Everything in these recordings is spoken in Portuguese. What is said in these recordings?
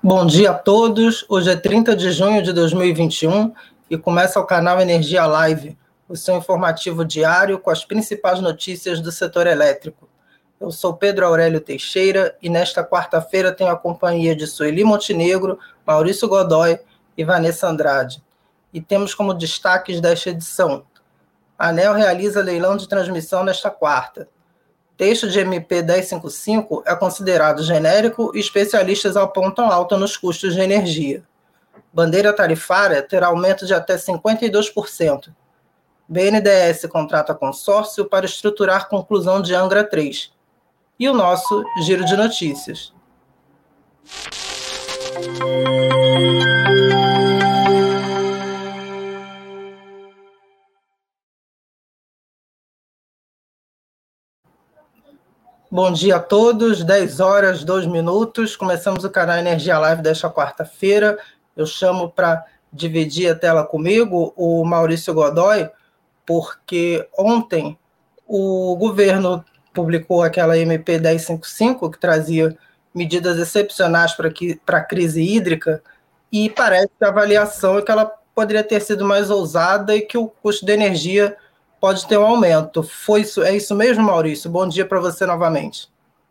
Bom dia a todos, hoje é 30 de junho de 2021 e começa o canal Energia Live, o seu informativo diário com as principais notícias do setor elétrico. Eu sou Pedro Aurélio Teixeira e nesta quarta-feira tenho a companhia de Sueli Montenegro, Maurício Godoy e Vanessa Andrade. E temos como destaques desta edição: a ANEEL realiza leilão de transmissão nesta quarta. Texto de MP 1055 é considerado genérico e especialistas apontam alta nos custos de energia. Bandeira tarifária terá aumento de até 52%. BNDES contrata consórcio para estruturar conclusão de Angra 3. E o nosso giro de notícias. Bom dia a todos, 10 horas, 2 minutos. Começamos o canal Energia Live desta quarta-feira. Eu chamo para dividir a tela comigo o Maurício Godoy, porque ontem o governo publicou aquela MP 1055, que trazia medidas excepcionais para a crise hídrica, e parece que a avaliação é que ela poderia ter sido mais ousada e que o custo de energia pode ter um aumento. É isso mesmo, Maurício? Bom dia para você novamente.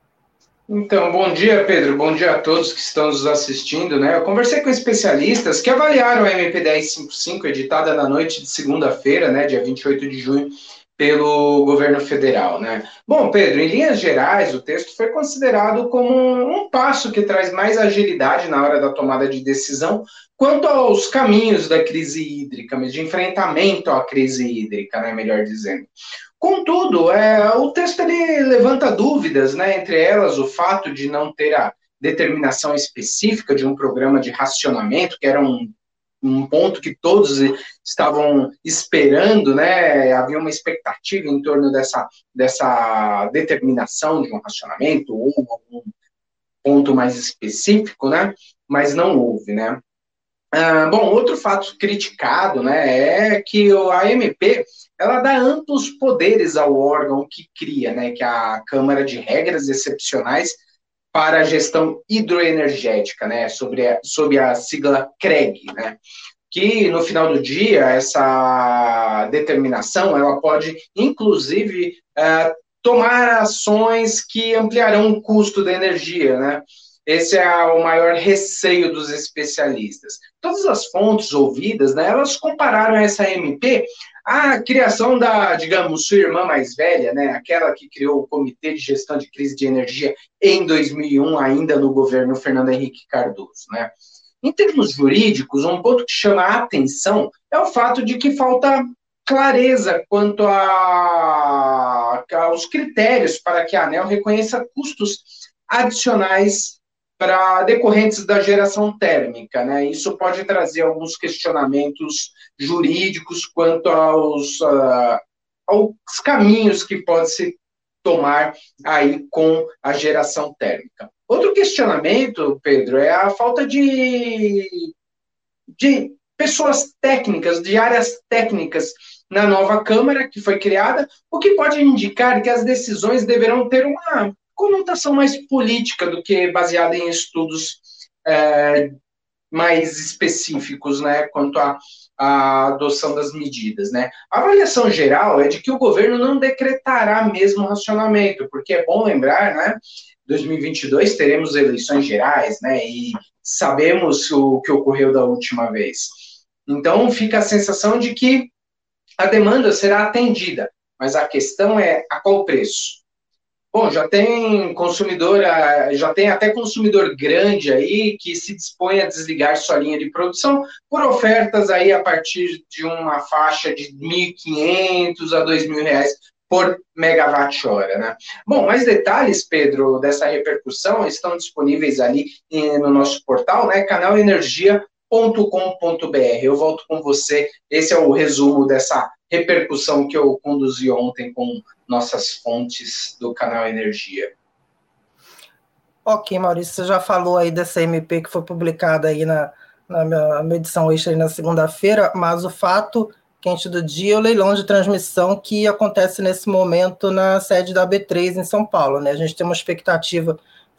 Então, bom dia, Pedro. Bom dia a todos que estão nos assistindo, né? Eu conversei com especialistas que avaliaram a MP 1055, editada na noite de segunda-feira, né, dia 28 de junho, pelo governo federal, né? Bom, Pedro, em linhas gerais, o texto foi considerado como um passo que traz mais agilidade na hora da tomada de decisão quanto aos caminhos da crise hídrica, mas de enfrentamento à crise hídrica, né, melhor dizendo. Contudo, o texto ele levanta dúvidas, né, entre elas o fato de não ter a determinação específica de um programa de racionamento, que era um ponto que todos estavam esperando, né? Havia uma expectativa em torno dessa determinação de um racionamento ou algum ponto mais específico, né? Mas não houve, né? Bom, outro fato criticado, né, é que a MP ela dá amplos poderes ao órgão que cria, né, que é a Câmara de Regras Excepcionais para a Gestão Hidroenergética, né, sob a sigla CREG, né, que no final do dia essa determinação ela pode, inclusive, tomar ações que ampliarão o custo da energia, né. Esse é o maior receio dos especialistas. Todas as fontes ouvidas, né, elas compararam essa MP à criação da, digamos, sua irmã mais velha, né, aquela que criou o Comitê de Gestão de Crise de Energia em 2001, ainda no governo Fernando Henrique Cardoso, né. Em termos jurídicos, um ponto que chama a atenção é o fato de que falta clareza quanto aos critérios para que a ANEEL reconheça custos adicionais para decorrentes da geração térmica, né? Isso pode trazer alguns questionamentos jurídicos quanto aos caminhos que pode se tomar aí com a geração térmica. Outro questionamento, Pedro, é a falta de pessoas técnicas, de áreas técnicas na nova Câmara que foi criada, o que pode indicar que as decisões deverão ter uma conotação mais política do que baseada em estudos mais específicos, né, quanto à adoção das medidas, né. A avaliação geral é de que o governo não decretará mesmo racionamento, porque é bom lembrar, né, 2022 teremos eleições gerais, né, e sabemos o que ocorreu da última vez. Então, fica a sensação de que a demanda será atendida, mas a questão é a qual preço? Bom, já tem até consumidor grande aí que se dispõe a desligar sua linha de produção por ofertas aí a partir de uma faixa de R$ 1.500 a R$ 2.000 por megawatt-hora, né? Bom, mais detalhes, Pedro, dessa repercussão estão disponíveis ali no nosso portal, né? canalenergia.com.br. Eu volto com você. Esse é o resumo dessa repercussão que eu conduzi ontem com nossas fontes do canal Energia. Ok, Maurício, você já falou aí dessa MP que foi publicada aí na minha edição extra aí na segunda-feira, mas o fato quente do dia é o leilão de transmissão que acontece nesse momento na sede da B3 em São Paulo, né? A gente tem uma expectativa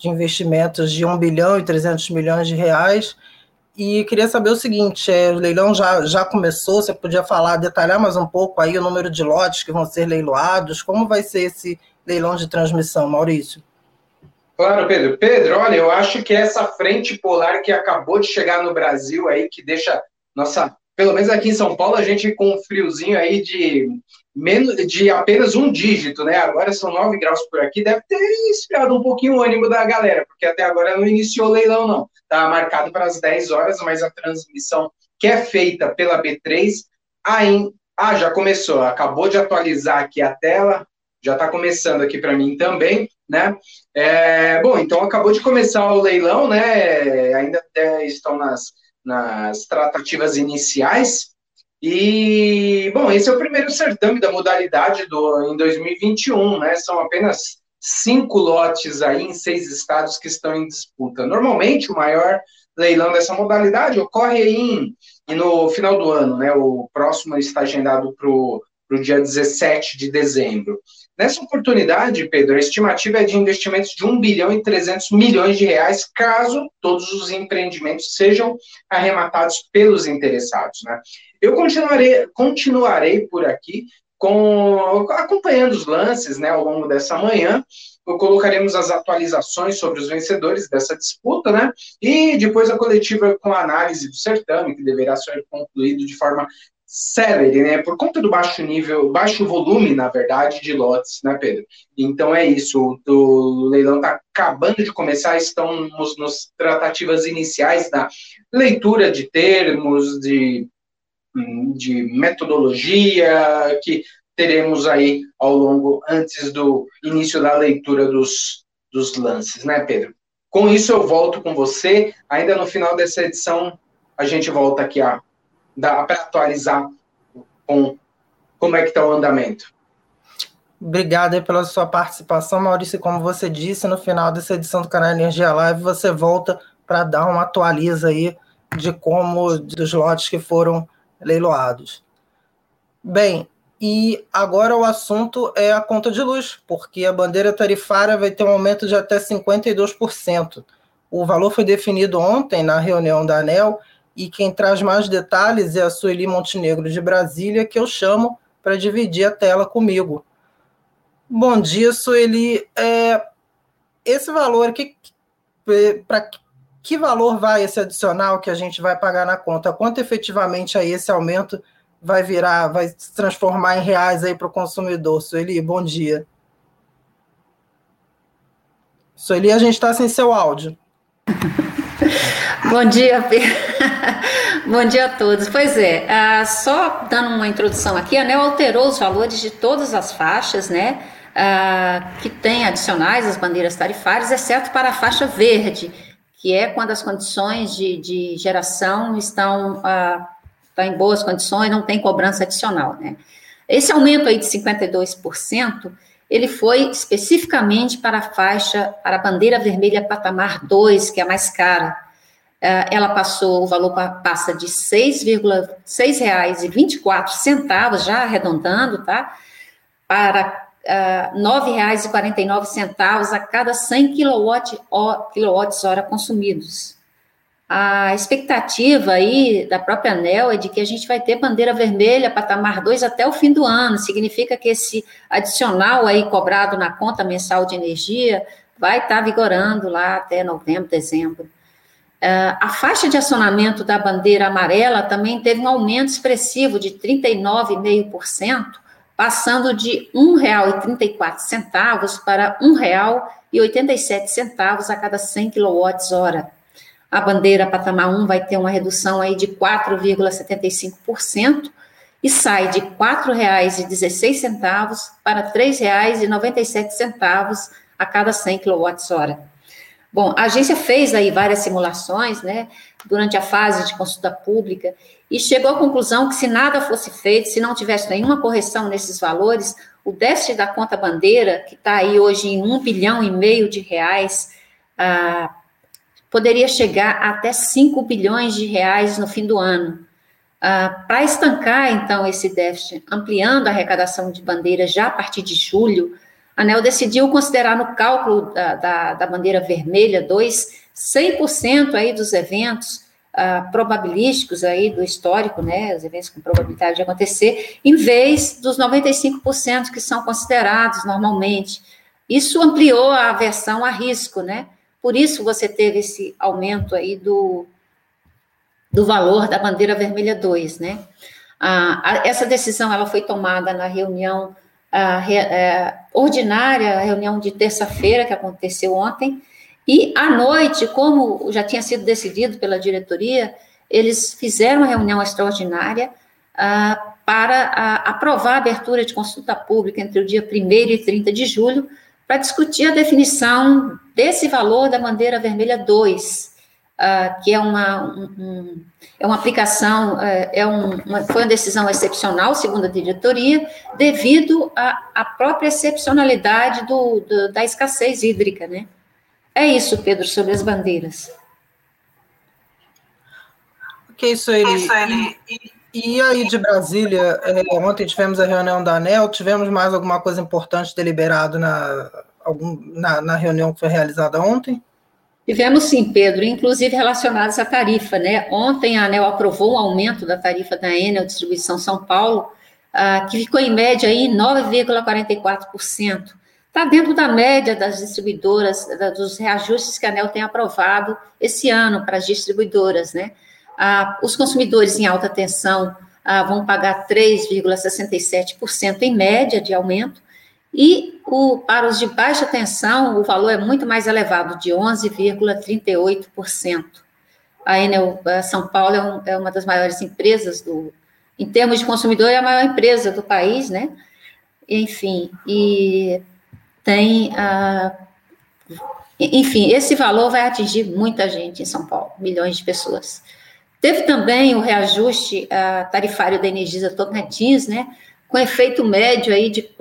de investimentos de 1 bilhão e 300 milhões de reais. E queria saber o seguinte, o leilão já começou, você podia detalhar mais um pouco aí o número de lotes que vão ser leiloados, como vai ser esse leilão de transmissão, Maurício? Claro, Pedro. Pedro, olha, eu acho que essa frente polar que acabou de chegar no Brasil aí, que deixa pelo menos aqui em São Paulo, a gente com um friozinho aí de apenas um dígito, né? Agora são 9 graus por aqui, deve ter esfriado um pouquinho o ânimo da galera, porque até agora não iniciou o leilão, não. Tá marcado para as 10 horas, mas a transmissão que é feita pela B3 já começou. Acabou de atualizar aqui a tela, já está começando aqui para mim também, né? Bom, então acabou de começar o leilão, né? Ainda estão nas tratativas iniciais. E, bom, esse é o primeiro certame da modalidade em 2021, né? São apenas 5 lotes aí em 6 estados que estão em disputa. Normalmente, o maior leilão dessa modalidade ocorre aí no final do ano, né? O próximo está agendado para o dia 17 de dezembro. Nessa oportunidade, Pedro, a estimativa é de investimentos de 1 bilhão e 300 milhões de reais, caso todos os empreendimentos sejam arrematados pelos interessados, né? Eu continuarei por aqui acompanhando os lances, né, ao longo dessa manhã. Colocaremos as atualizações sobre os vencedores dessa disputa, né? E depois a coletiva com a análise do certame, que deverá ser concluído de forma célere, né? Por conta do baixo volume, na verdade, de lotes, né, Pedro? Então é isso, o leilão está acabando de começar, estamos nas tratativas iniciais da leitura de termos, de metodologia, que teremos aí antes do início da leitura dos lances, né, Pedro? Com isso, eu volto com você. Ainda no final dessa edição, a gente volta aqui para atualizar como é que está o andamento. Obrigado aí pela sua participação, Maurício. Como você disse, no final dessa edição do canal Energia Live, você volta para dar uma atualiza aí dos lotes que foram leiloados. Bem, e agora o assunto é a conta de luz, porque a bandeira tarifária vai ter um aumento de até 52%. O valor foi definido ontem na reunião da ANEEL, e quem traz mais detalhes é a Sueli Montenegro de Brasília, que eu chamo para dividir a tela comigo. Bom dia, Sueli. Esse valor, para que valor vai esse adicional que a gente vai pagar na conta? Quanto efetivamente aí esse aumento vai se transformar em reais aí para o consumidor? Sueli, bom dia. Sueli, a gente está sem seu áudio. Bom dia, Pedro. Bom dia a todos. Pois só dando uma introdução aqui, a ANEEL alterou os valores de todas as faixas, né, que tem adicionais às bandeiras tarifárias, exceto para a faixa verde, que é quando as condições de geração estão em boas condições, não tem cobrança adicional, né. Esse aumento aí de 52%, ele foi especificamente para a bandeira vermelha patamar 2, que é a mais cara. O valor passa de R$ 6,24, já arredondando, tá? Para R$ 9,49 a cada 100 kWh consumidos. A expectativa aí da própria ANEEL é de que a gente vai ter bandeira vermelha patamar 2 até o fim do ano. Significa que esse adicional aí cobrado na conta mensal de energia vai estar vigorando lá até novembro, dezembro. A faixa de acionamento da bandeira amarela também teve um aumento expressivo de 39,5%, passando de R$ 1,34 para R$ 1,87 a cada 100 kWh. A bandeira patamar 1 vai ter uma redução aí de 4,75% e sai de R$ 4,16 para R$ 3,97 a cada 100 kWh. Bom, a agência fez aí várias simulações, né, durante a fase de consulta pública e chegou à conclusão que se nada fosse feito, se não tivesse nenhuma correção nesses valores, o déficit da conta bandeira, que está aí hoje em R$ 1,5 bilhão de reais, poderia chegar até R$ 5 bilhões de reais no fim do ano. Para estancar, então, esse déficit, ampliando a arrecadação de bandeira já a partir de julho, a ANEEL decidiu considerar no cálculo da bandeira vermelha 2, 100% aí dos eventos probabilísticos aí do histórico, né, os eventos com probabilidade de acontecer, em vez dos 95% que são considerados normalmente. Isso ampliou a aversão a risco, né, por isso você teve esse aumento aí do valor da bandeira vermelha 2, né. Essa decisão, ela foi tomada na reunião ordinária, a reunião de terça-feira, que aconteceu ontem, e à noite, como já tinha sido decidido pela diretoria, eles fizeram uma reunião extraordinária para aprovar a abertura de consulta pública entre o dia 1º e 30 de julho, para discutir a definição desse valor da bandeira vermelha 2, que é uma aplicação, foi uma decisão excepcional, segundo a diretoria, devido à própria excepcionalidade da escassez hídrica, né? É isso, Pedro, sobre as bandeiras. Ok, Sueli. E aí de Brasília, ontem tivemos a reunião da ANEEL, tivemos mais alguma coisa importante deliberado na reunião que foi realizada ontem? Tivemos sim, Pedro, inclusive relacionados à tarifa, né? Ontem a ANEEL aprovou um aumento da tarifa da Enel Distribuição São Paulo, que ficou em média em 9,44%. Está dentro da média das distribuidoras, dos reajustes que a ANEEL tem aprovado esse ano para as distribuidoras, né? Os consumidores em alta tensão vão pagar 3,67% em média de aumento, e para os de baixa tensão, o valor é muito mais elevado, de 11,38%. A Enel São Paulo é uma das maiores empresas em termos de consumidor, é a maior empresa do país, né? Enfim, esse valor vai atingir muita gente em São Paulo, milhões de pessoas. Teve também o reajuste tarifário da Energisa Tocantins, né, com efeito médio aí de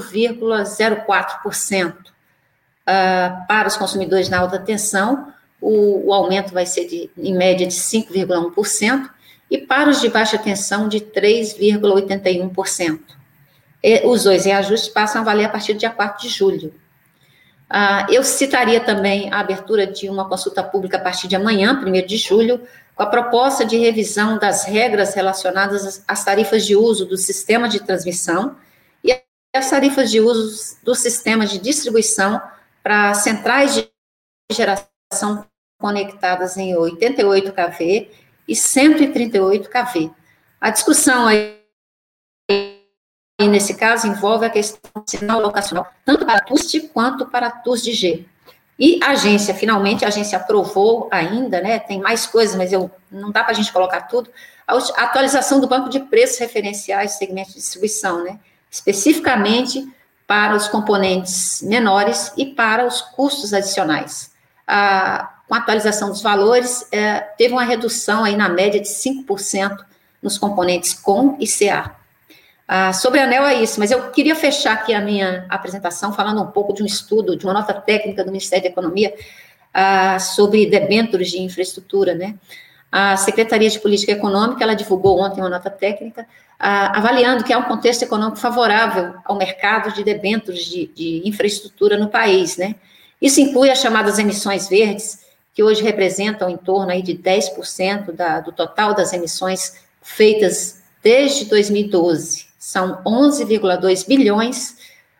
4,04%. Para os consumidores na alta tensão, o aumento vai ser em média de 5,1%, e para os de baixa tensão de 3,81%. Os dois reajustes passam a valer a partir do dia 4 de julho. Eu citaria também a abertura de uma consulta pública a partir de amanhã, 1º de julho, com a proposta de revisão das regras relacionadas às tarifas de uso do sistema de transmissão e as tarifas de uso do sistema de distribuição para centrais de geração conectadas em 88 kV e 138 kV. A discussão aí, nesse caso, envolve a questão do sinal locacional, tanto para TUST quanto para TUSD-G. E a agência, finalmente, a agência aprovou ainda, né, tem mais coisas, mas não dá para a gente colocar tudo, a atualização do banco de preços referenciais do segmento de distribuição, né, especificamente para os componentes menores e para os custos adicionais. Com a atualização dos valores, teve uma redução aí na média de 5% nos componentes COM e CA. Sobre a ANEEL é isso, mas eu queria fechar aqui a minha apresentação falando um pouco de um estudo, de uma nota técnica do Ministério da Economia sobre debêntures de infraestrutura, né? A Secretaria de Política Econômica, ela divulgou ontem uma nota técnica avaliando que há um contexto econômico favorável ao mercado de debêntures de infraestrutura no país, né? Isso inclui as chamadas emissões verdes, que hoje representam em torno aí de 10% do total das emissões feitas desde 2012. São 11,2 bilhões,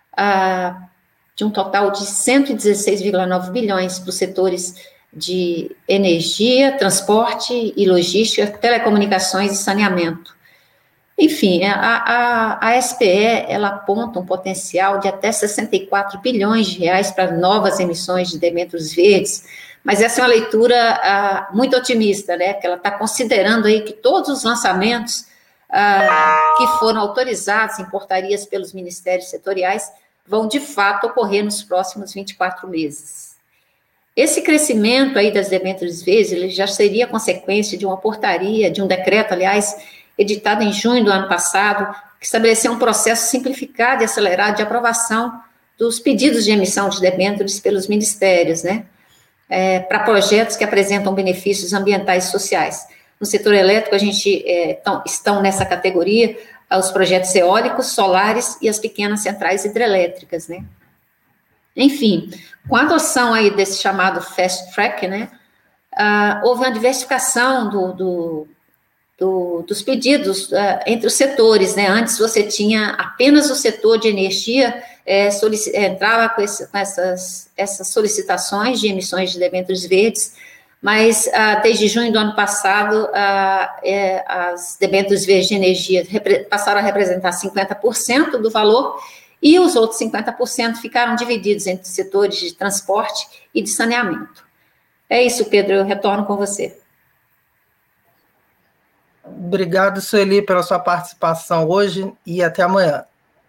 de um total de 116,9 bilhões para os setores de energia, transporte e logística, telecomunicações e saneamento. Enfim, a SPE, ela aponta um potencial de até 64 bilhões de reais para novas emissões de debêntures verdes, mas essa é uma leitura muito otimista, né, que ela está considerando aí que todos os lançamentos que foram autorizados em portarias pelos ministérios setoriais vão, de fato, ocorrer nos próximos 24 meses. Esse crescimento aí das debêntures verdes, ele já seria consequência de uma portaria, de um decreto, aliás, editado em junho do ano passado, que estabeleceu um processo simplificado e acelerado de aprovação dos pedidos de emissão de debêntures pelos ministérios, né, para projetos que apresentam benefícios ambientais e sociais. No setor elétrico, a gente estão nessa categoria os projetos eólicos, solares e as pequenas centrais hidrelétricas, né? Enfim, com a adoção aí desse chamado fast track, né, houve uma diversificação dos pedidos entre os setores, né? Antes você tinha apenas o setor de energia entrava com essas solicitações de emissões de debêntures verdes, mas desde junho do ano passado as debêntures verdes de energia passaram a representar 50% do valor e os outros 50% ficaram divididos entre setores de transporte e de saneamento. É isso, Pedro, eu retorno com você. Obrigado, Sueli, pela sua participação hoje e até amanhã.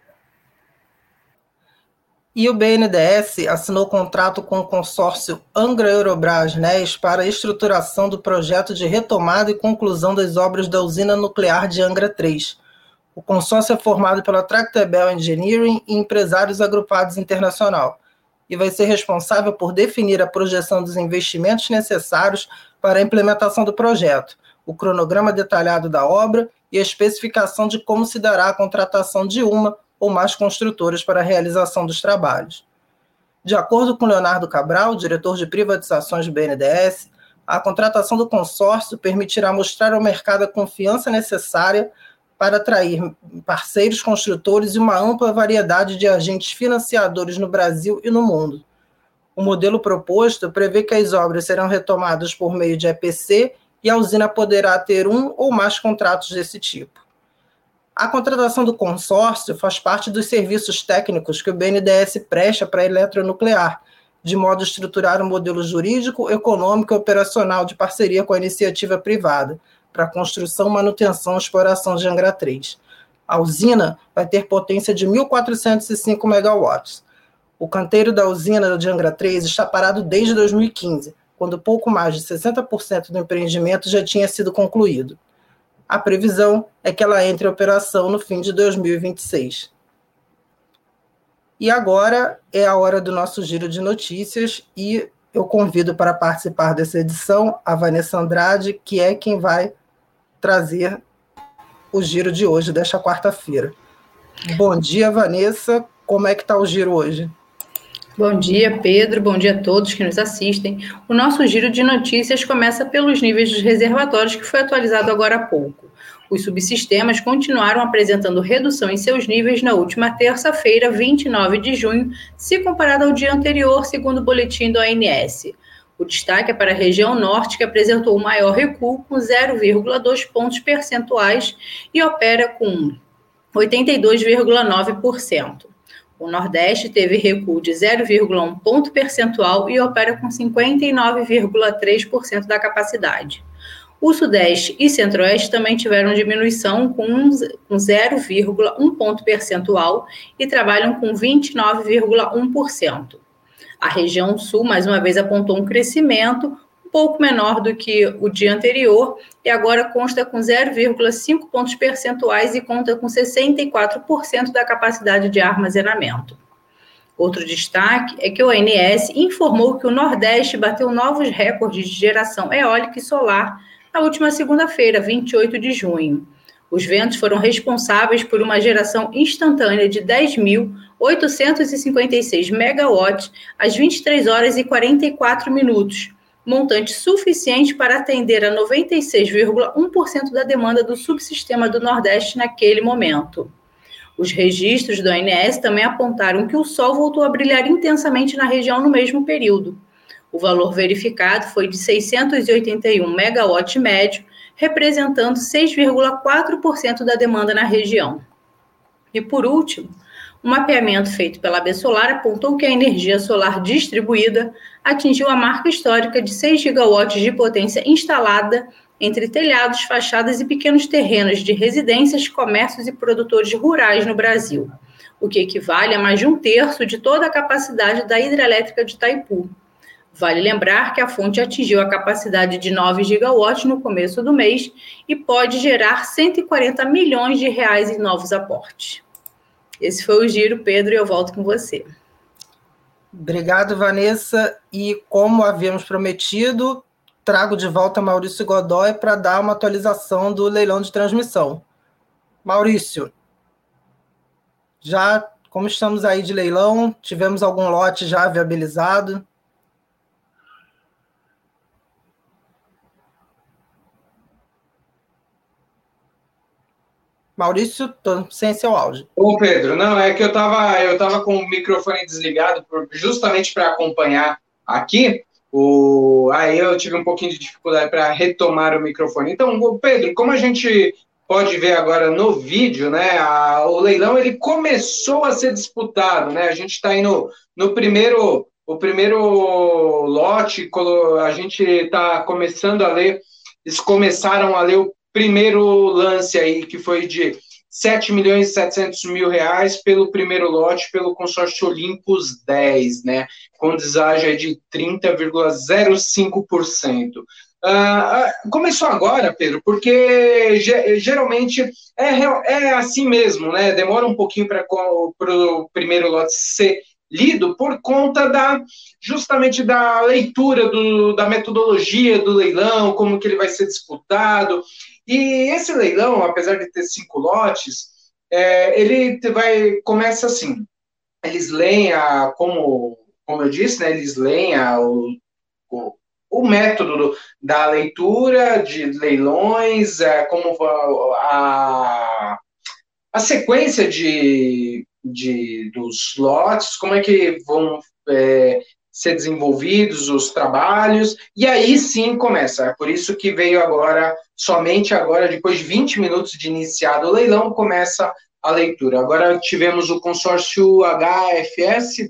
E o BNDES assinou contrato com o consórcio Angra Eurobras NES para a estruturação do projeto de retomada e conclusão das obras da usina nuclear de Angra 3. O consórcio é formado pela Tractebel Engineering e empresários agrupados internacional e vai ser responsável por definir a projeção dos investimentos necessários para a implementação do projeto, o cronograma detalhado da obra e a especificação de como se dará a contratação de uma ou mais construtoras para a realização dos trabalhos. De acordo com Leonardo Cabral, diretor de privatizações do BNDES, a contratação do consórcio permitirá mostrar ao mercado a confiança necessária para atrair parceiros construtores e uma ampla variedade de agentes financiadores no Brasil e no mundo. O modelo proposto prevê que as obras serão retomadas por meio de EPC e a usina poderá ter um ou mais contratos desse tipo. A contratação do consórcio faz parte dos serviços técnicos que o BNDES presta para a eletronuclear, de modo a estruturar um modelo jurídico, econômico e operacional de parceria com a iniciativa privada, para a construção, manutenção e exploração de Angra 3. A usina vai ter potência de 1.405 megawatts. O canteiro da usina de Angra 3 está parado desde 2015, quando pouco mais de 60% do empreendimento já tinha sido concluído. A previsão é que ela entre em operação no fim de 2026. E agora é a hora do nosso giro de notícias e eu convido para participar dessa edição a Vanessa Andrade, que é quem vai trazer o giro de hoje, desta quarta-feira. Bom dia, Vanessa. Como é que está o giro hoje? Bom dia, Pedro. Bom dia a todos que nos assistem. O nosso giro de notícias começa pelos níveis dos reservatórios, que foi atualizado agora há pouco. Os subsistemas continuaram apresentando redução em seus níveis na última terça-feira, 29 de junho, se comparado ao dia anterior, segundo o boletim do ANS. O destaque é para a região norte, que apresentou o maior recuo, com 0,2 pontos percentuais e opera com 82,9%. O Nordeste teve recuo de 0,1 ponto percentual e opera com 59,3% da capacidade. O Sudeste e Centro-Oeste também tiveram diminuição com 0,1 ponto percentual e trabalham com 29,1%. A região Sul, mais uma vez, apontou um crescimento um pouco menor do que o dia anterior e agora consta com 0,5 pontos percentuais e conta com 64% da capacidade de armazenamento. Outro destaque é que o ANS informou que o Nordeste bateu novos recordes de geração eólica e solar na última segunda-feira, 28 de junho. Os ventos foram responsáveis por uma geração instantânea de 10.856 megawatts às 23 horas e 44 minutos, montante suficiente para atender a 96,1% da demanda do subsistema do Nordeste naquele momento. Os registros do ANS também apontaram que o Sol voltou a brilhar intensamente na região no mesmo período. O valor verificado foi de 681 megawatts médio, representando 6,4% da demanda na região. E, por último, um mapeamento feito pela Absolar apontou que a energia solar distribuída atingiu a marca histórica de 6 gigawatts de potência instalada entre telhados, fachadas e pequenos terrenos de residências, comércios e produtores rurais no Brasil, o que equivale a mais de 1/3 de toda a capacidade da hidrelétrica de Itaipu. Vale lembrar que a fonte atingiu a capacidade de 9 gigawatts no começo do mês e pode gerar 140 milhões de reais em novos aportes. Esse foi o giro, Pedro, e eu volto com você. Obrigado, Vanessa. E como havíamos prometido, trago de volta Maurício Godoy para dar uma atualização do leilão de transmissão. Maurício, já como estamos aí de leilão? Tivemos algum lote já viabilizado? Maurício, estou sem seu áudio. Ô, Pedro, não, é que eu tava com o microfone desligado justamente para acompanhar aqui. Aí eu tive um pouquinho de dificuldade para retomar o microfone. Então, Pedro, como a gente pode ver agora no vídeo, né, o leilão ele começou a ser disputado, né? A gente está aí no primeiro lote, a gente está começando a ler, eles começaram a ler o primeiro lance aí, que foi de R$7.700.000 pelo primeiro lote, pelo consórcio Olympus 10, né, com deságio de 30,05%. Começou agora, Pedro, porque geralmente é assim mesmo, né? Demora um pouquinho para o primeiro lote ser lido por conta justamente da leitura da metodologia do leilão, como que ele vai ser disputado. E esse leilão, apesar de ter 5 lotes, ele começa assim. Eles leem como eu disse, né? Eles leem o método da leitura de leilões, como a sequência dos lotes, como é que vão ser desenvolvidos os trabalhos, e aí sim começa. É por isso que veio agora, somente agora, depois de 20 minutos de iniciado o leilão, começa a leitura. Agora tivemos o consórcio HFS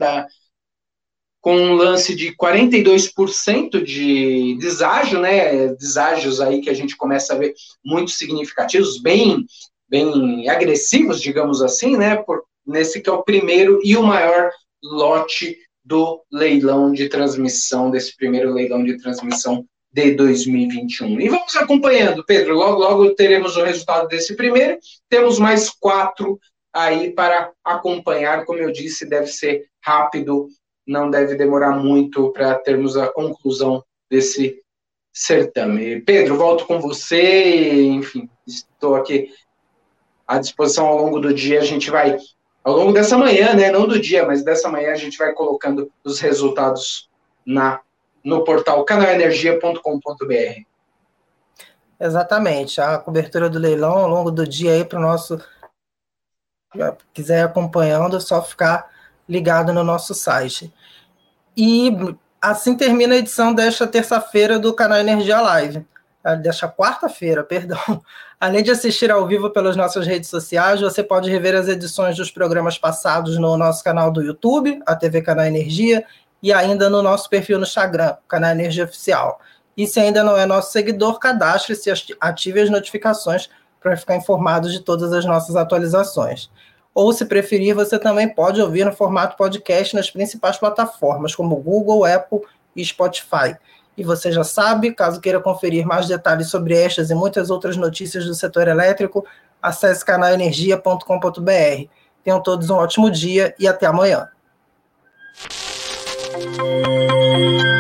com um lance de 42% de deságio, né? Deságios aí que a gente começa a ver muito significativos, bem agressivos, digamos assim, né? Nesse que é o primeiro e o maior lote do leilão de transmissão, desse primeiro leilão de transmissão de 2021. E vamos acompanhando, Pedro, logo teremos o resultado desse primeiro, temos mais 4 aí para acompanhar, como eu disse, deve ser rápido, não deve demorar muito para termos a conclusão desse certame. Pedro, volto com você, enfim, estou aqui à disposição ao longo do dia, a gente vai, ao longo dessa manhã, né, não do dia, mas dessa manhã a gente vai colocando os resultados no portal canalenergia.com.br. Exatamente, a cobertura do leilão ao longo do dia aí para o nosso, já quiser ir acompanhando, é só ficar ligado no nosso site. E assim termina a edição desta terça-feira do canal Energia Live, desta quarta-feira, perdão. Além de assistir ao vivo pelas nossas redes sociais, você pode rever as edições dos programas passados no nosso canal do YouTube, a TV Canal Energia, e ainda no nosso perfil no Instagram, Canal Energia Oficial. E se ainda não é nosso seguidor, cadastre-se e ative as notificações para ficar informado de todas as nossas atualizações. Ou, se preferir, você também pode ouvir no formato podcast nas principais plataformas, como Google, Apple e Spotify. E você já sabe, caso queira conferir mais detalhes sobre estas e muitas outras notícias do setor elétrico, acesse canalenergia.com.br. Tenham todos um ótimo dia e até amanhã.